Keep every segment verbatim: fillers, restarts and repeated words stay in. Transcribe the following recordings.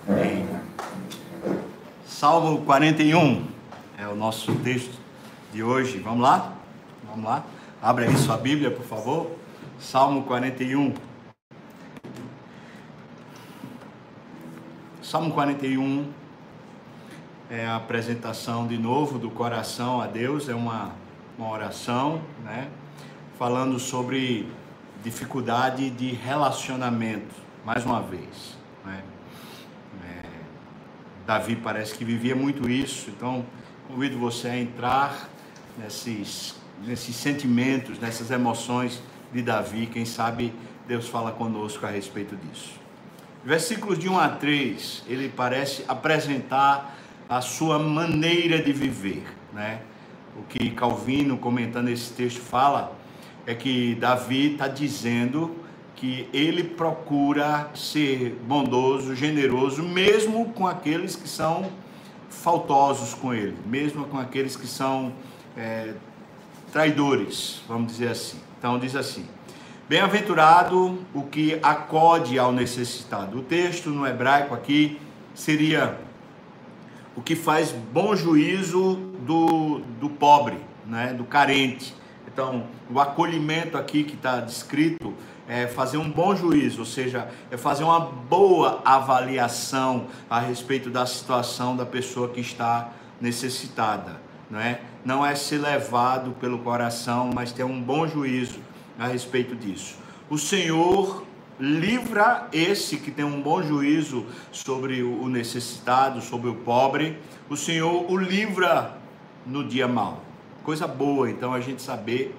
Amém. Salmo quarenta e um é o nosso texto de hoje. Vamos lá? Vamos lá? Abre aí sua Bíblia, por favor. Salmo quarenta e um. Salmo quarenta e um é a apresentação de novo do coração a Deus, é uma, uma oração, né? Falando sobre dificuldade de relacionamento, mais uma vez, né? É, Davi parece que vivia muito isso, então convido você a entrar nesses, nesses sentimentos, nessas emoções de Davi. Quem sabe Deus fala conosco a respeito disso. Versículos de um a três, ele parece apresentar a sua maneira de viver, né? O que Calvino, comentando esse texto, fala é que Davi está dizendo que ele procura ser bondoso, generoso, mesmo com aqueles que são faltosos com ele, mesmo com aqueles que são é, traidores, vamos dizer assim. Então diz assim: bem-aventurado o que acode ao necessitado. O texto no hebraico aqui seria o que faz bom juízo do, do pobre, né, do carente. Então, o acolhimento aqui que está descrito é fazer um bom juízo, ou seja, é fazer uma boa avaliação a respeito da situação da pessoa que está necessitada, não é? Não é ser levado pelo coração, mas ter um bom juízo a respeito disso. O Senhor livra esse que tem um bom juízo sobre o necessitado, sobre o pobre. O Senhor o livra no dia mau. Coisa boa, então, a gente saber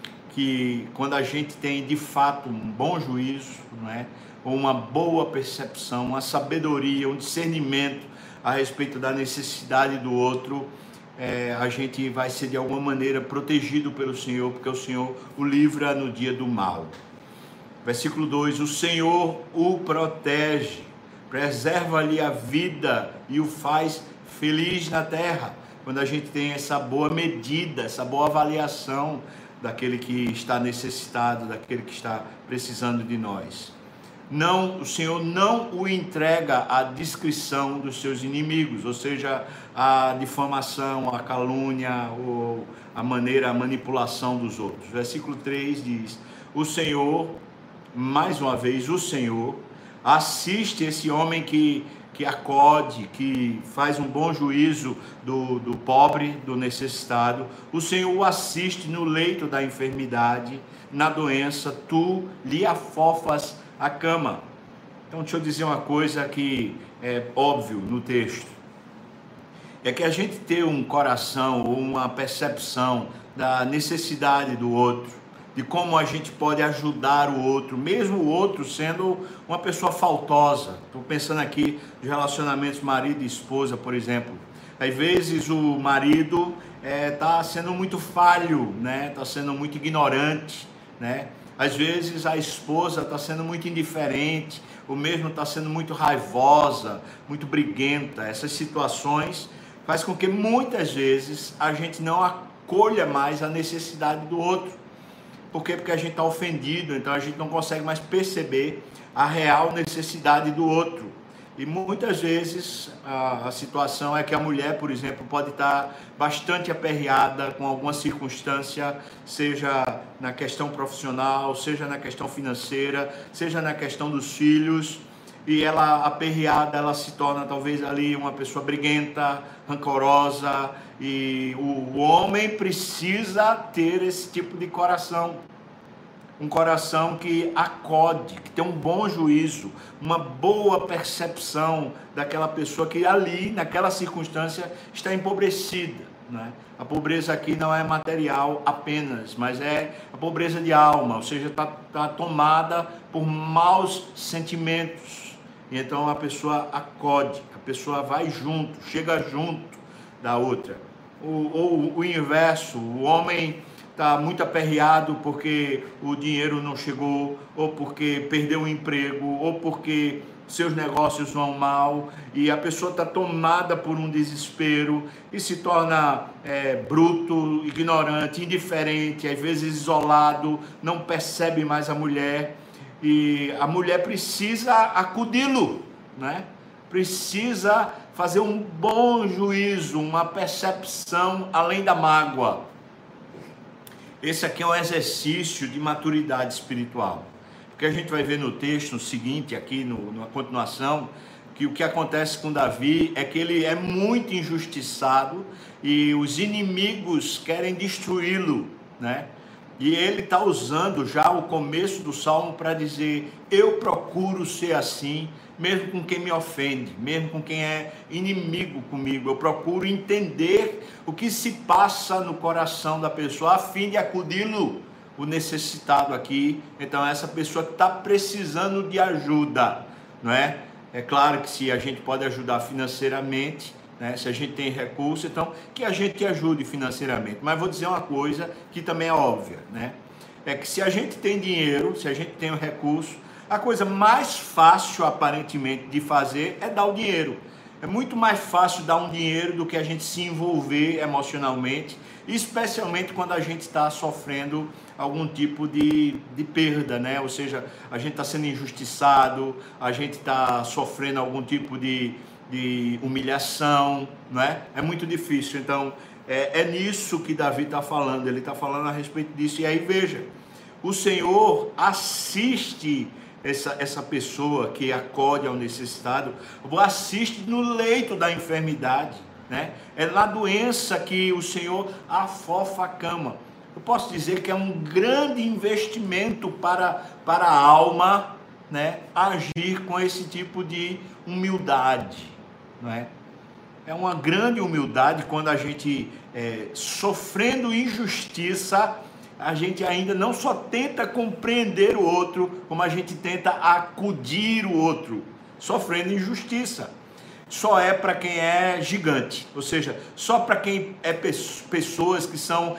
que quando a gente tem de fato um bom juízo, não é? Ou uma boa percepção, uma sabedoria, um discernimento a respeito da necessidade do outro, é, a gente vai ser de alguma maneira protegido pelo Senhor, porque o Senhor o livra no dia do mal. Versículo dois: o Senhor o protege, preserva-lhe a vida e o faz feliz na terra. Quando a gente tem essa boa medida, essa boa avaliação daquele que está necessitado, daquele que está precisando de nós. Não, o Senhor não o entrega à discrição dos seus inimigos, ou seja, a difamação, a calúnia, ou a maneira, a manipulação dos outros. Versículo três diz: o Senhor, mais uma vez, o Senhor assiste esse homem que, que acode, que faz um bom juízo do, do pobre, do necessitado. O Senhor o assiste no leito da enfermidade, na doença, tu lhe afofas a cama. Então, deixa eu dizer uma coisa que é óbvio no texto. É que a gente ter um coração ou uma percepção da necessidade do outro, de como a gente pode ajudar o outro, mesmo o outro sendo uma pessoa faltosa. Estou pensando aqui de relacionamentos marido e esposa, por exemplo. Às vezes o marido está é, sendo muito falho, né? Está sendo muito ignorante, né? Às vezes a esposa está sendo muito indiferente, ou mesmo está sendo muito raivosa, muito briguenta. Essas situações faz com que muitas vezes a gente não acolha mais a necessidade do outro. Por quê? Porque a gente está ofendido, então a gente não consegue mais perceber a real necessidade do outro. E muitas vezes a, a situação é que a mulher, por exemplo, pode estar bastante aperreada com alguma circunstância, seja na questão profissional, seja na questão financeira, seja na questão dos filhos, e ela aperreada, ela se torna talvez ali uma pessoa briguenta, rancorosa, e o, o homem precisa ter esse tipo de coração. Um coração que acode, que tem um bom juízo, uma boa percepção daquela pessoa que ali, naquela circunstância, está empobrecida, né? A pobreza aqui não é material apenas, mas é a pobreza de alma, ou seja, está tá tomada por maus sentimentos. E então a pessoa acode, a pessoa vai junto, chega junto da outra. Ou, ou o inverso, o homem está muito aperreado porque o dinheiro não chegou, ou porque perdeu o emprego, ou porque seus negócios vão mal, e a pessoa está tomada por um desespero e se torna é, bruto, ignorante, indiferente, às vezes isolado, não percebe mais a mulher, e a mulher precisa acudi-lo, né? precisa fazer um bom juízo, uma percepção além da mágoa. Esse aqui é um exercício de maturidade espiritual. Porque a gente vai ver no texto no seguinte, aqui no, na continuação, que o que acontece com Davi é que ele é muito injustiçado e os inimigos querem destruí-lo, né? E ele está usando já o começo do Salmo para dizer: eu procuro ser assim, mesmo com quem me ofende, mesmo com quem é inimigo comigo. Eu procuro entender o que se passa no coração da pessoa, a fim de acudi-lo, o necessitado aqui. Então, essa pessoa que está precisando de ajuda, não é? É claro que se a gente pode ajudar financeiramente, né? Se a gente tem recurso, então que a gente ajude financeiramente. Mas vou dizer uma coisa que também é óbvia, né? É que se a gente tem dinheiro, se a gente tem o recurso, a coisa mais fácil aparentemente de fazer é dar o dinheiro. É muito mais fácil dar um dinheiro do que a gente se envolver emocionalmente, especialmente quando a gente está sofrendo algum tipo de, de perda, né? Ou seja, a gente está sendo injustiçado, a gente está sofrendo algum tipo de de humilhação, não é? É muito difícil. Então, é, é nisso que Davi está falando, ele está falando a respeito disso. E aí, veja, o Senhor assiste essa, essa pessoa que acode ao necessitado, assiste no leito da enfermidade, né? É na doença que o Senhor afofa a cama. Eu posso dizer que é um grande investimento para, para a alma, né? Agir com esse tipo de humildade. Não é? É uma grande humildade quando a gente, é, sofrendo injustiça, a gente ainda não só tenta compreender o outro, como a gente tenta acudir o outro, sofrendo injustiça. Só é para quem é gigante, ou seja, só para quem é pessoas que são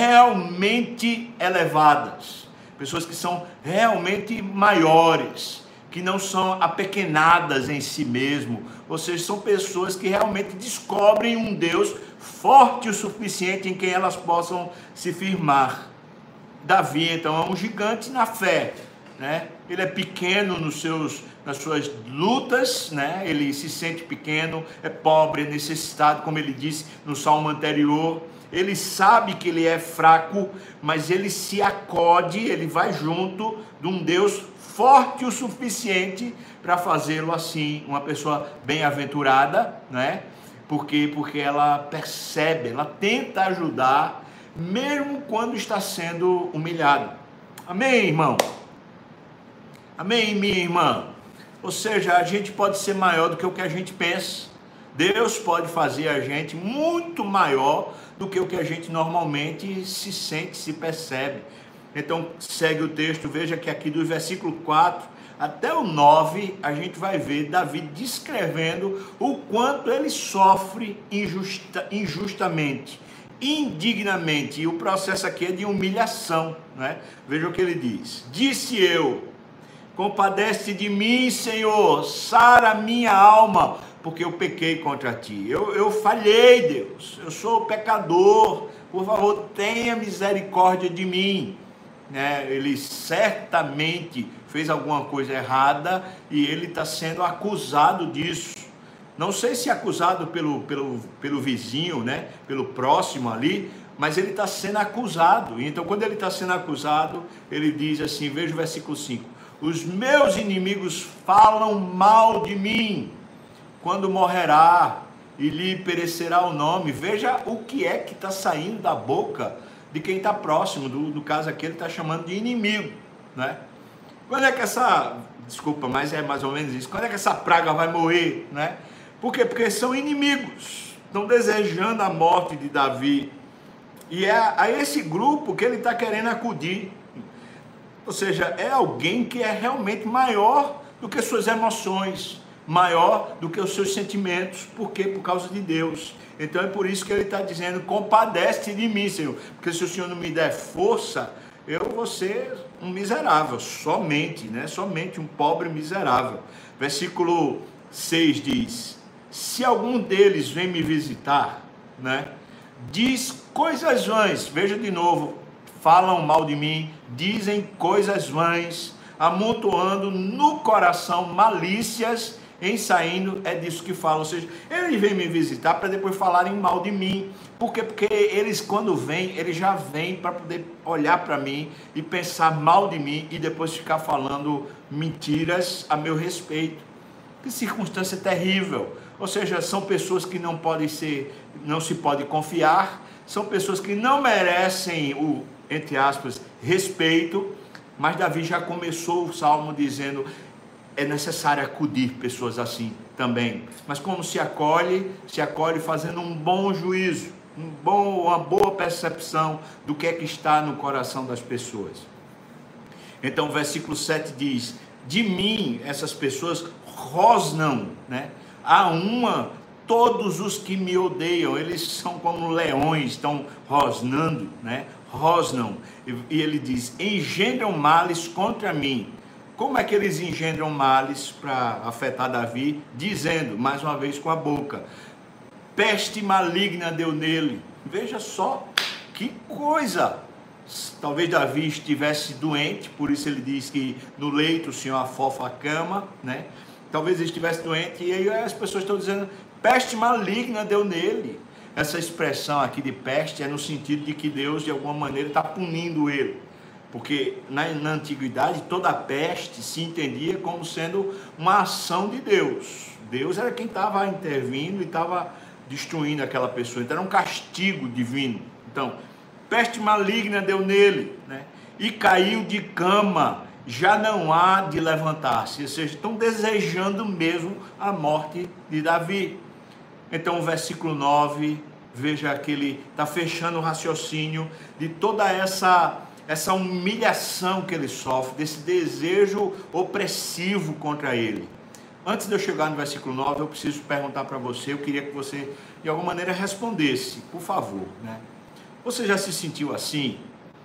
realmente elevadas, pessoas que são realmente maiores, que não são apequenadas em si mesmo, ou seja, são pessoas que realmente descobrem um Deus forte o suficiente em quem elas possam se firmar. Davi, então, é um gigante na fé, né? Ele é pequeno nos seus, nas suas lutas, né? Ele se sente pequeno, é pobre, é necessitado, como ele disse no salmo anterior. Ele sabe que ele é fraco, mas ele se acode, ele vai junto de um Deus forte o suficiente para fazê-lo assim, uma pessoa bem-aventurada, né? Porque, porque ela percebe, ela tenta ajudar, mesmo quando está sendo humilhado. Amém, irmão? Amém, minha irmã? Ou seja, a gente pode ser maior do que o que a gente pensa. Deus pode fazer a gente muito maior do que o que a gente normalmente se sente, se percebe. Então, segue o texto, veja que aqui do versículo quatro até o nove, a gente vai ver Davi descrevendo o quanto ele sofre injusta, injustamente, indignamente, e o processo aqui é de humilhação, né? Veja o que ele diz: disse eu, compadece de mim, Senhor, sara minha alma, porque eu pequei contra ti, eu, eu falhei, Deus, eu sou pecador, por favor, tenha misericórdia de mim. Né? Ele certamente fez alguma coisa errada e ele está sendo acusado disso. Não sei se acusado pelo, pelo, pelo vizinho, né? Pelo próximo ali, mas ele está sendo acusado. Então, quando ele está sendo acusado, ele diz assim, veja o versículo cinco: os meus inimigos falam mal de mim, quando morrerá e lhe perecerá o nome. Veja o que é que está saindo da boca de quem está próximo, do, do caso aqui ele está chamando de inimigo, né? Quando é que essa, desculpa, mas é mais ou menos isso, quando é que essa praga vai morrer, né? Por quê? Porque são inimigos, estão desejando a morte de Davi, e é a esse grupo que ele está querendo acudir, ou seja, é alguém que é realmente maior do que suas emoções, maior do que os seus sentimentos. Por quê? Por causa de Deus. Então é por isso que ele está dizendo, compadece de mim, Senhor, porque se o Senhor não me der força, eu vou ser um miserável, somente, né? Somente um pobre miserável. Versículo seis diz, se algum deles vem me visitar, né? Diz coisas vãs, veja de novo, falam mal de mim, dizem coisas vãs, amontoando no coração malícias em saindo, é disso que fala. Ou seja, eles vêm me visitar para depois falarem mal de mim. Por quê? Porque eles, quando vêm, eles já vêm para poder olhar para mim e pensar mal de mim e depois ficar falando mentiras a meu respeito. Que circunstância terrível. Ou seja, são pessoas que não podem ser, não se pode confiar, são pessoas que não merecem o, entre aspas, respeito. Mas Davi já começou o salmo dizendo: é necessário acudir pessoas assim também. Mas como se acolhe? Se acolhe fazendo um bom juízo, um bom, uma boa percepção do que é que está no coração das pessoas. Então o versículo sete diz: de mim essas pessoas rosnam, né? Há uma, todos os que me odeiam, eles são como leões, estão rosnando, né? Rosnam. E ele diz: engendram males contra mim. Como é que eles engendram males para afetar Davi? Dizendo, mais uma vez com a boca: peste maligna deu nele. Veja só que coisa. Talvez Davi estivesse doente, por isso ele diz que no leito o Senhor afofa a cama, né? Talvez ele estivesse doente e aí as pessoas estão dizendo: peste maligna deu nele. Essa expressão aqui de peste é no sentido de que Deus de alguma maneira está punindo ele. Porque na, na antiguidade toda a peste se entendia como sendo uma ação de Deus. Deus era quem estava intervindo e estava destruindo aquela pessoa. Então era um castigo divino. Então, peste maligna deu nele, né? E caiu de cama, já não há de levantar-se. Ou seja, estão desejando mesmo a morte de Davi. Então o versículo nove, veja que ele está fechando o raciocínio de toda essa, essa humilhação que ele sofre, desse desejo opressivo contra ele. Antes de eu chegar no versículo nove, eu preciso perguntar para você, eu queria que você de alguma maneira respondesse, por favor, né? Você já se sentiu assim?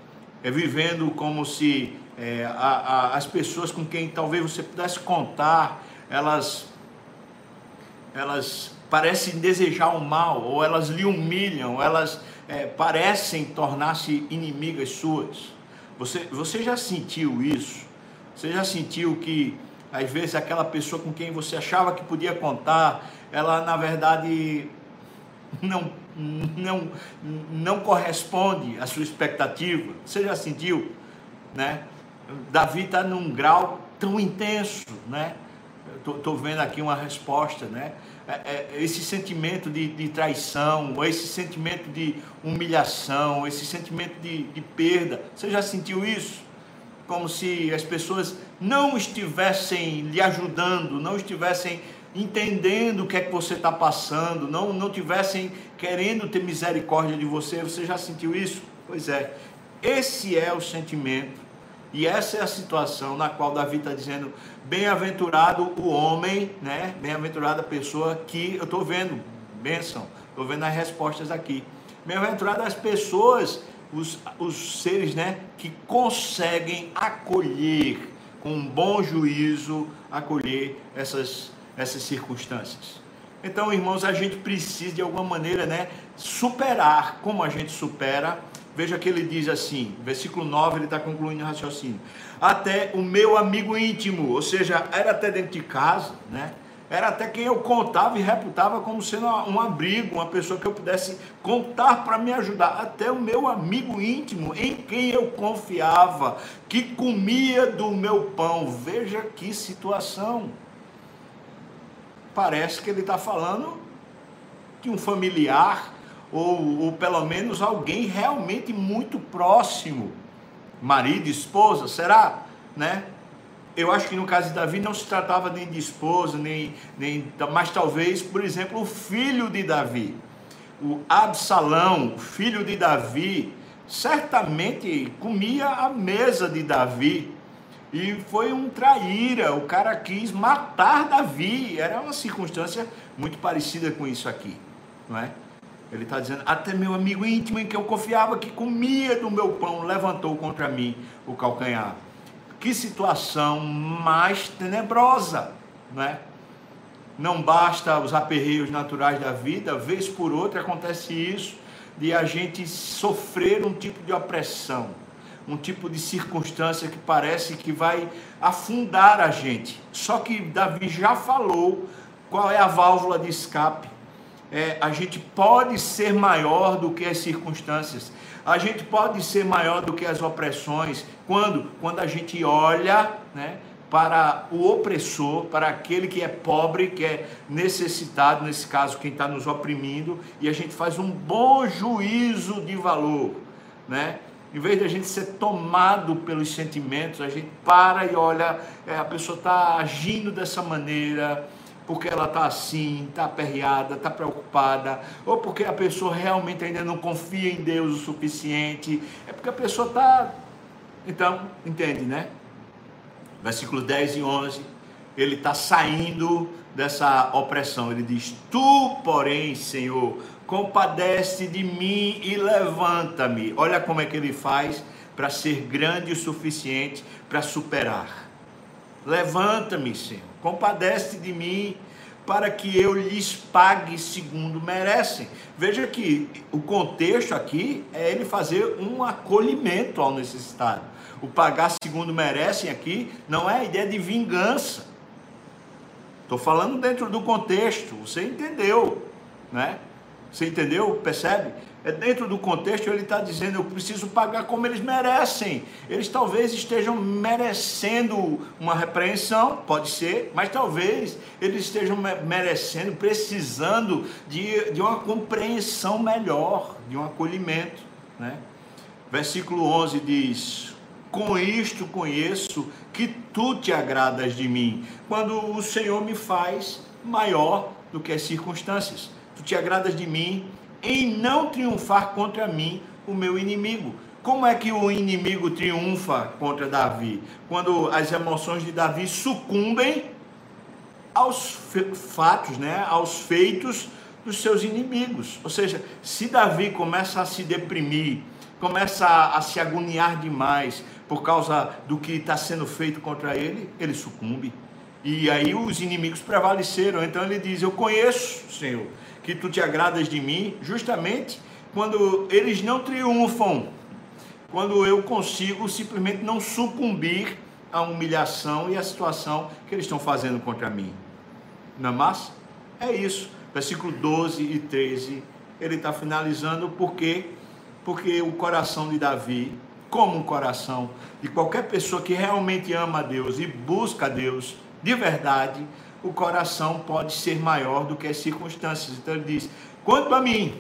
É, vivendo como se é, a, a, as pessoas com quem talvez você pudesse contar, elas, elas parecem desejar o mal, ou elas lhe humilham, elas é, parecem tornar-se inimigas suas. Você, você já sentiu isso? Você já sentiu que às vezes aquela pessoa com quem você achava que podia contar, ela na verdade não, não, não corresponde à sua expectativa? Você já sentiu, né? Davi está num grau tão intenso, né? Estou vendo aqui uma resposta, né? É, é, esse sentimento de, de traição, esse sentimento de humilhação, esse sentimento de, de perda. Você já sentiu isso? Como se as pessoas não estivessem lhe ajudando, não estivessem entendendo o que é que você está passando, não, não estivessem querendo ter misericórdia de você. Você já sentiu isso? Pois é, esse é o sentimento. E essa é a situação na qual Davi está dizendo: bem-aventurado o homem, né? Bem-aventurada a pessoa que, eu estou vendo, bênção, estou vendo as respostas aqui. Bem-aventuradas as pessoas, os, os seres, né? Que conseguem acolher, com um bom juízo, acolher essas, essas circunstâncias. Então, irmãos, a gente precisa de alguma maneira, né? Superar. Como a gente supera? Veja que ele diz assim, versículo nove, ele está concluindo o raciocínio: até o meu amigo íntimo, ou seja, era até dentro de casa, né? Era até quem eu contava e reputava como sendo um abrigo, uma pessoa que eu pudesse contar para me ajudar. Até o meu amigo íntimo, em quem eu confiava, que comia do meu pão. Veja que situação. Parece que ele está falando de um familiar, Ou, ou pelo menos alguém realmente muito próximo, marido, esposa, será? Né? Eu acho que no caso de Davi não se tratava nem de esposa, nem, nem, mas talvez, por exemplo, o filho de Davi, o Absalão, filho de Davi, certamente comia à mesa de Davi, e foi um traíra, o cara quis matar Davi. Era uma circunstância muito parecida com isso aqui, não é? Ele está dizendo: até meu amigo íntimo, em que eu confiava, que comia do meu pão, levantou contra mim o calcanhar. Que situação mais tenebrosa, não é? Não basta os aperreios naturais da vida, vez por outra acontece isso, de a gente sofrer um tipo de opressão, um tipo de circunstância que parece que vai afundar a gente. Só que Davi já falou qual é a válvula de escape. É, a gente pode ser maior do que as circunstâncias. A gente pode ser maior do que as opressões. Quando? Quando a gente olha, né, para o opressor, para aquele que é pobre, que é necessitado, nesse caso quem está nos oprimindo, e a gente faz um bom juízo de valor, né? Em vez de a gente ser tomado pelos sentimentos, a gente para e olha, é, a pessoa está agindo dessa maneira, porque ela está assim, está aperreada, está preocupada, ou porque a pessoa realmente ainda não confia em Deus o suficiente, é porque a pessoa está... Então, entende, né? Versículos dez e onze, ele está saindo dessa opressão. Ele diz: tu, porém, Senhor, compadece de mim e levanta-me. Olha como é que ele faz para ser grande o suficiente para superar. Levanta-me, Senhor, compadece de mim, para que eu lhes pague segundo merecem. Veja que o contexto aqui é ele fazer um acolhimento ao necessitado. O pagar segundo merecem aqui não é a ideia de vingança. Estou falando dentro do contexto, você entendeu, né? Você entendeu? Percebe? É dentro do contexto, ele está dizendo: eu preciso pagar como eles merecem. Eles talvez estejam merecendo uma repreensão, pode ser, mas talvez eles estejam merecendo, precisando de, de uma compreensão melhor, de um acolhimento, né? Versículo onze diz: com isto conheço que tu te agradas de mim, quando o Senhor me faz maior do que as circunstâncias. Tu te agradas de mim em não triunfar contra mim, o meu inimigo. Como é que o inimigo triunfa contra Davi? Quando as emoções de Davi sucumbem aos fatos, né? Aos feitos dos seus inimigos. Ou seja, se Davi começa a se deprimir, começa a, a se agoniar demais por causa do que está sendo feito contra ele, ele sucumbe. E aí os inimigos prevaleceram. Então ele diz: eu conheço, Senhor, que tu te agradas de mim, justamente quando eles não triunfam, quando eu consigo simplesmente não sucumbir à humilhação e à situação que eles estão fazendo contra mim. Não é massa? É isso. Versículo doze e treze, ele está finalizando. Por quê? Porque o coração de Davi, como o coração de qualquer pessoa que realmente ama a Deus e busca a Deus de verdade, o coração pode ser maior do que as circunstâncias. Então ele diz: quanto a mim,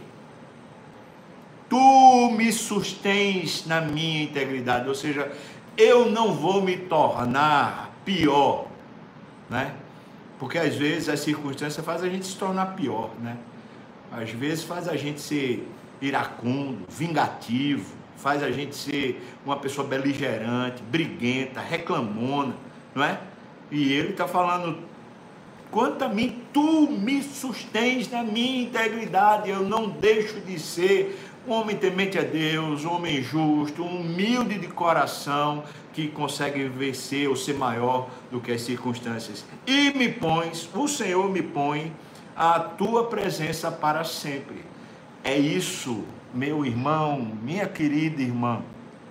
tu me sustens na minha integridade. Ou seja, eu não vou me tornar pior, né? Porque às vezes as circunstâncias fazem a gente se tornar pior, né? Às vezes faz a gente ser iracundo, vingativo, faz a gente ser uma pessoa beligerante, briguenta, reclamona, não é? E ele está falando: quanto a mim, tu me sustens na minha integridade. Eu não deixo de ser um homem temente a Deus, um homem justo, um humilde de coração, que consegue vencer ou ser maior do que as circunstâncias. E me pões, o Senhor me põe a tua presença para sempre. É isso, meu irmão, minha querida irmã.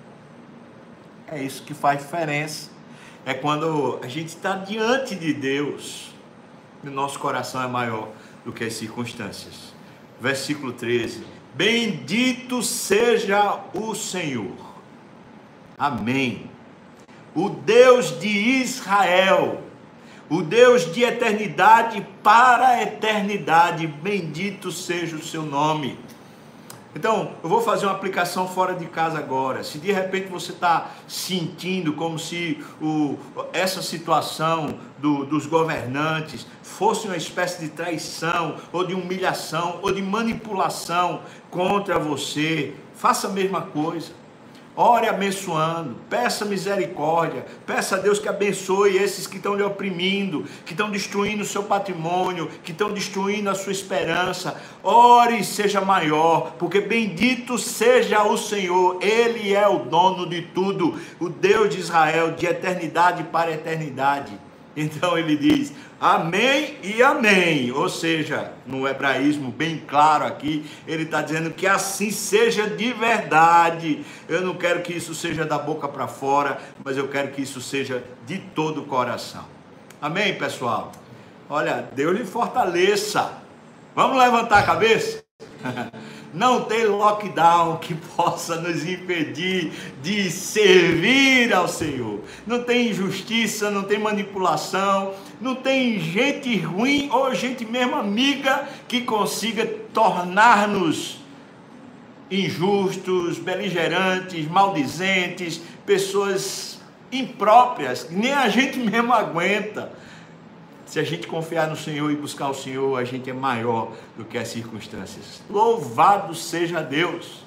É isso que faz diferença. É quando a gente está diante de Deus, o nosso coração é maior do que as circunstâncias. Versículo treze. Bendito seja o Senhor. Amém. O Deus de Israel, o Deus de eternidade para a eternidade, bendito seja o seu nome. Então, eu vou fazer uma aplicação fora de casa agora. Se de repente você está sentindo como se o, essa situação do, dos governantes fosse uma espécie de traição, ou de humilhação, ou de manipulação contra você, faça a mesma coisa. Ore abençoando, peça misericórdia, peça a Deus que abençoe esses que estão lhe oprimindo, que estão destruindo o seu patrimônio, que estão destruindo a sua esperança. Ore e seja maior, porque bendito seja o Senhor, Ele é o dono de tudo, o Deus de Israel, de eternidade para eternidade. Então ele diz amém e amém, ou seja, no hebraísmo bem claro aqui, ele está dizendo que assim seja de verdade. Eu não quero que isso seja da boca para fora, mas eu quero que isso seja de todo o coração. Amém, pessoal? Olha, Deus lhe fortaleça. Vamos levantar a cabeça? Não tem lockdown que possa nos impedir de servir ao Senhor. Não tem injustiça, não tem manipulação, não tem gente ruim ou gente mesmo amiga que consiga tornar-nos injustos, beligerantes, maldizentes, pessoas impróprias, nem a gente mesmo aguenta. Se a gente confiar no Senhor e buscar o Senhor, a gente é maior do que as circunstâncias. Louvado seja Deus!